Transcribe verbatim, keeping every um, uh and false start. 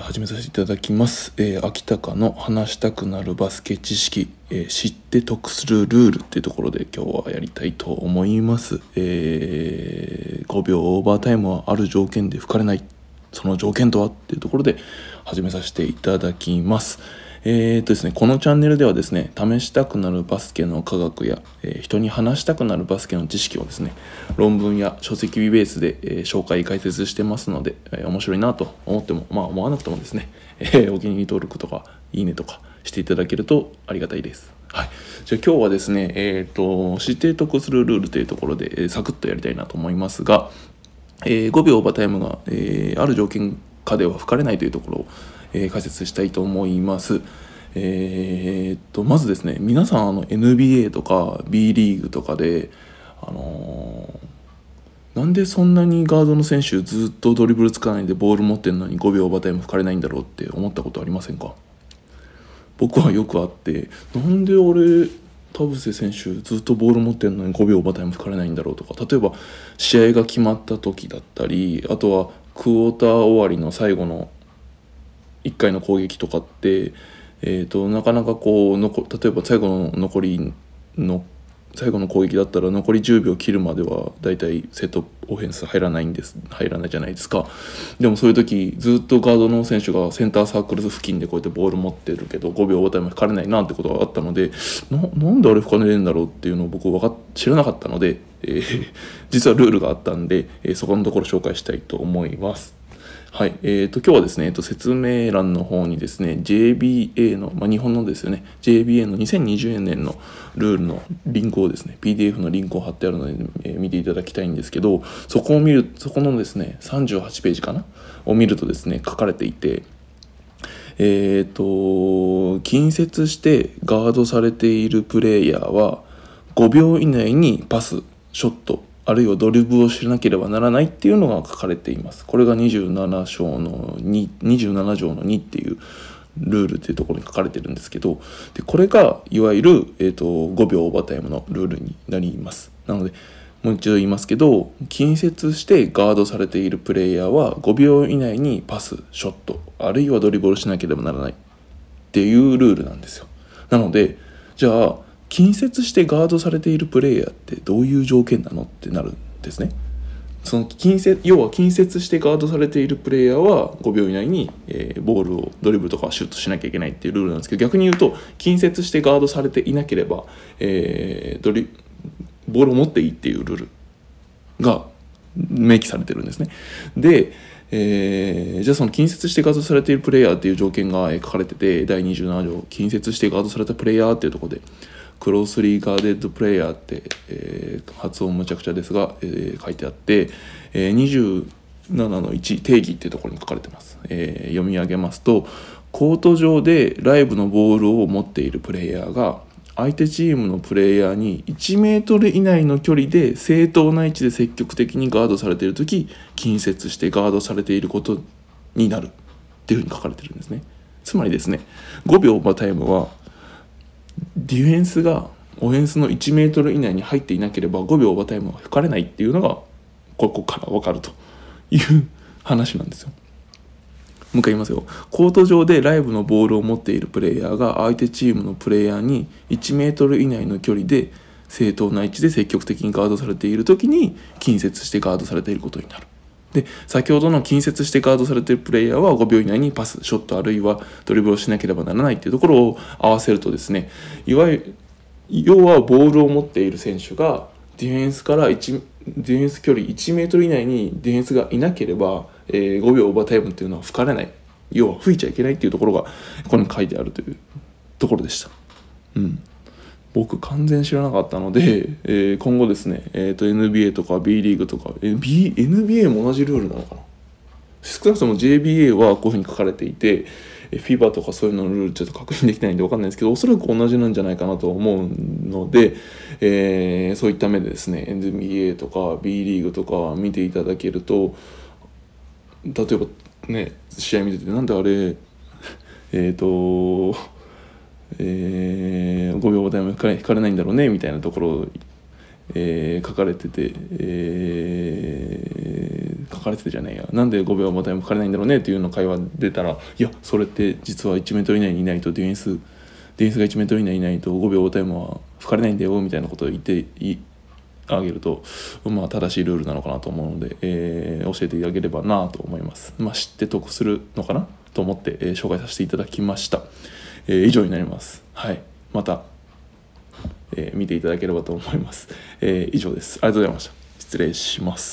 始めさせていただきます、えー、秋高の話したくなるバスケ知識、えー、知って得するルールっていうところで今日はやりたいと思います、えー、ごびょうオーバータイムはある条件で吹かれない、その条件とはっていうところで始めさせていただきます。えーとですね、このチャンネルではですね、試したくなるバスケの科学や、えー、人に話したくなるバスケの知識をですね、論文や書籍ベースで、えー、紹介解説してますので、えー、面白いなと思っても、まあ思わなくてもですね、えー、お気に入り登録とかいいねとかしていただけるとありがたいです。はい、じゃあ今日はですね、えーと知って得するルールというところで、えー、サクッとやりたいなと思いますが、えー、ごびょうオーバータイムが、えー、ある条件下では吹かれないというところを、えー、解説したいと思います。えー、っとまずですね、皆さんあの エヌビーエー とか B リーグとかで、あのー、なんでそんなにガードの選手ずっとドリブルつかないでボール持ってるのにごびょうオーバータイム吹かれないんだろうって思ったことありませんか？僕はよくあって、なんで俺田臥選手ずっとボール持ってるのにごびょうオーバータイム吹かれないんだろうとか、例えば試合が決まった時だったり、あとはクォーター終わりの最後のいっかいの攻撃とかって、えー、となかなかこうのこ例えば最後の残りの最後の攻撃だったら残りじゅうびょう切るまではだいたいセットオフェンス入らないんです入らないじゃないですか。でもそういう時ずっとガードの選手がセンターサークル付近でこうやってボール持ってるけどごびょうオーバータイム吹かれないなってことがあったので、 な, なんであれ吹かれるんだろうっていうのを僕は知らなかったので、えー、実はルールがあったんで、えー、そこのところ紹介したいと思います。はい、えー、と今日はですね、えー、と説明欄の方にですね ジェイビーエー の、まあ、日本のですよね ジェイビーエー のにせんにじゅうねんのルールのリンクをですね ピーディーエフ のリンクを貼ってあるので、えー見ていただきたいんですけど、そこを見るそこのですねさんじゅうはちページかなを見るとですね書かれていて、えー、と近接してガードされているプレイヤーはごびょう以内にパス、ショットあるいはドリブルをしなければならないっていうのが書かれています。これがにじゅうなな章のに、にじゅうなな条のにっていうルールっていうところに書かれてるんですけど、でこれがいわゆる、えー、とごびょうオーバータイムのルールになります。なのでもう一度言いますけど、近接してガードされているプレイヤーはごびょう以内にパス、ショットあるいはドリブルをしなければならないっていうルールなんですよ。なのでじゃあ近接してガードされているプレイヤーってどういう条件なのってなるんですね。その近接要は近接してガードされているプレイヤーはごびょう以内に、えー、ボールをドリブルとかシュートしなきゃいけないっていうルールなんですけど、逆に言うと近接してガードされていなければ、えー、ドリボールを持っていいっていうルールが明記されてるんですね。でえー、じゃあその近接してガードされているプレイヤーっていう条件が書かれてて、だいにじゅうなな条近接してガードされたプレイヤーっていうところでクロスリーガーデッドプレイヤーって、えー、発音むちゃくちゃですが、えー、書いてあって、えー、にじゅうななのいち定義っていうところに書かれてます。えー、読み上げますと、コート上でライブのボールを持っているプレイヤーが相手チームのプレイヤーにいちメートル以内の距離で正当な位置で積極的にガードされているとき、近接してガードされていることになるっていうふうに書かれてるんですね。つまりですね、ごびょうオーバータイムはディフェンスがオフェンスのいちメートル以内に入っていなければごびょうオーバータイムは吹かれないっていうのがここから分かるという話なんですよ。もう一回言いますよ。コート上でライブのボールを持っているプレイヤーが相手チームのプレイヤーにいちメートル以内の距離で正当な位置で積極的にガードされているときに近接してガードされていることになる。で先ほどの近接してガードされているプレイヤーはごびょう以内にパス、ショットあるいはドリブルをしなければならないっていうところを合わせるとですね、いわゆる要はボールを持っている選手がディフェンスから1ディフェンス距離いちメートル以内にディフェンスがいなければ、えー、ごびょうオーバータイムっていうのは吹かれない、要は吹いちゃいけないっていうところがここに書いてあるというところでした。うん、僕完全知らなかったので、えー、今後ですね、えー、と エヌビーエー とか B リーグとか、えー、B、エヌビーエー も同じルールなのかな。少なくとも ジェイビーエー はこういうふうに書かれていて、フィバとかそういうののルールちょっと確認できないんで分かんないんですけど、おそらく同じなんじゃないかなと思うので、えー、そういった目でですね エヌビーエー とか B リーグとか見ていただけると、例えばね試合見ててなんであれえっとえー、ごびょうオーバータイム引かれないんだろうねみたいなところを、えー、書かれてて、えー、書かれてたじゃねえや、なんでごびょうオーバータイムかかれないんだろうねっていうの会話出たら、いやそれって実はいちメートル以内にいないとディフェンスディフェンスがいちメートル以内にいないとごびょうオーバータイムは吹かれないんだよみたいなことを言っていあげると、まあ、正しいルールなのかなと思うので、えー、教えていただければなと思います。まあ、知って得するのかなと思って、えー、紹介させていただきました。えー、以上になります。はい、また、えー、見ていただければと思います。えー、以上です。ありがとうございました。失礼します。